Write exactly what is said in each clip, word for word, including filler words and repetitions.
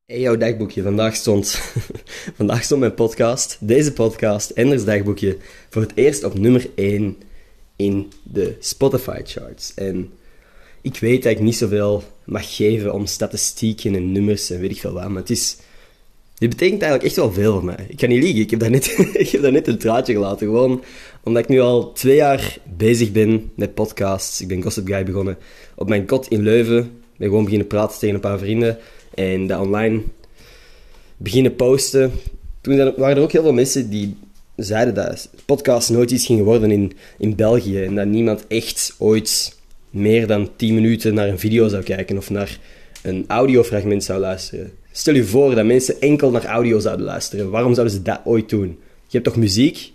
Hey, jouw dagboekje. Vandaag stond, vandaag stond mijn podcast, deze podcast, Enders dagboekje, voor het eerst op nummer één in de Spotify charts. En ik weet dat ik niet zoveel mag geven om statistieken en nummers en weet ik veel wat, maar het is... Dit betekent eigenlijk echt wel veel voor mij. Ik kan niet liegen, ik heb daar net, ik heb daar net een traatje gelaten. Gewoon omdat ik nu al twee jaar bezig ben met podcasts. Ik ben Gossip Guy begonnen op mijn kot in Leuven. Ik ben gewoon beginnen praten tegen een paar vrienden. En dat online beginnen posten. Toen waren er ook heel veel mensen die zeiden dat podcast nooit iets ging worden in, in België. En dat niemand echt ooit meer dan tien minuten naar een video zou kijken of naar een audiofragment zou luisteren. Stel je voor dat mensen enkel naar audio zouden luisteren. Waarom zouden ze dat ooit doen? Je hebt toch muziek?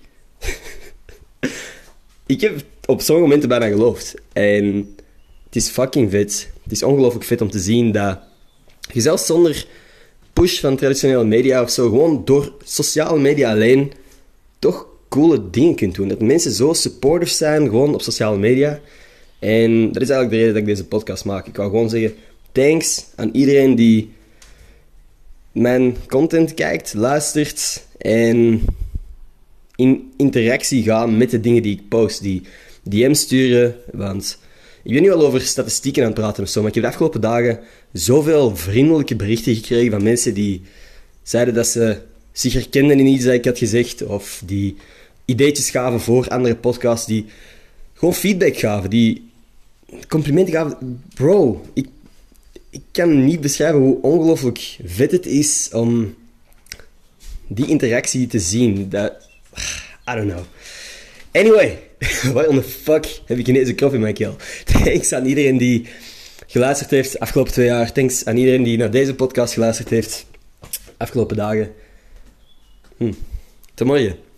Ik heb op sommige momenten bijna geloofd. En het is fucking vet. Het is ongelooflijk vet om te zien dat je zelfs zonder push van traditionele media of zo, gewoon door sociale media alleen, toch coole dingen kunt doen. Dat mensen zo supportive zijn, gewoon op sociale media. En dat is eigenlijk de reden dat ik deze podcast maak. Ik wou gewoon zeggen, thanks aan iedereen die mijn content kijkt, luistert en in interactie gaan met de dingen die ik post. Die D M sturen, want ik ben nu al over statistieken aan het praten of zo, maar ik heb de afgelopen dagen zoveel vriendelijke berichten gekregen van mensen die zeiden dat ze zich herkenden in iets dat ik had gezegd, of die ideetjes gaven voor andere podcasts, die gewoon feedback gaven, die complimenten gaven. Bro, ik, ik kan niet beschrijven hoe ongelooflijk vet het is om die interactie te zien. Dat, I don't know. Anyway, why on the fuck heb ik ineens een krop in mijn keel? Thanks aan iedereen die geluisterd heeft de afgelopen twee jaar. Thanks aan iedereen die naar deze podcast geluisterd heeft de afgelopen dagen. Hm. Tot morgen.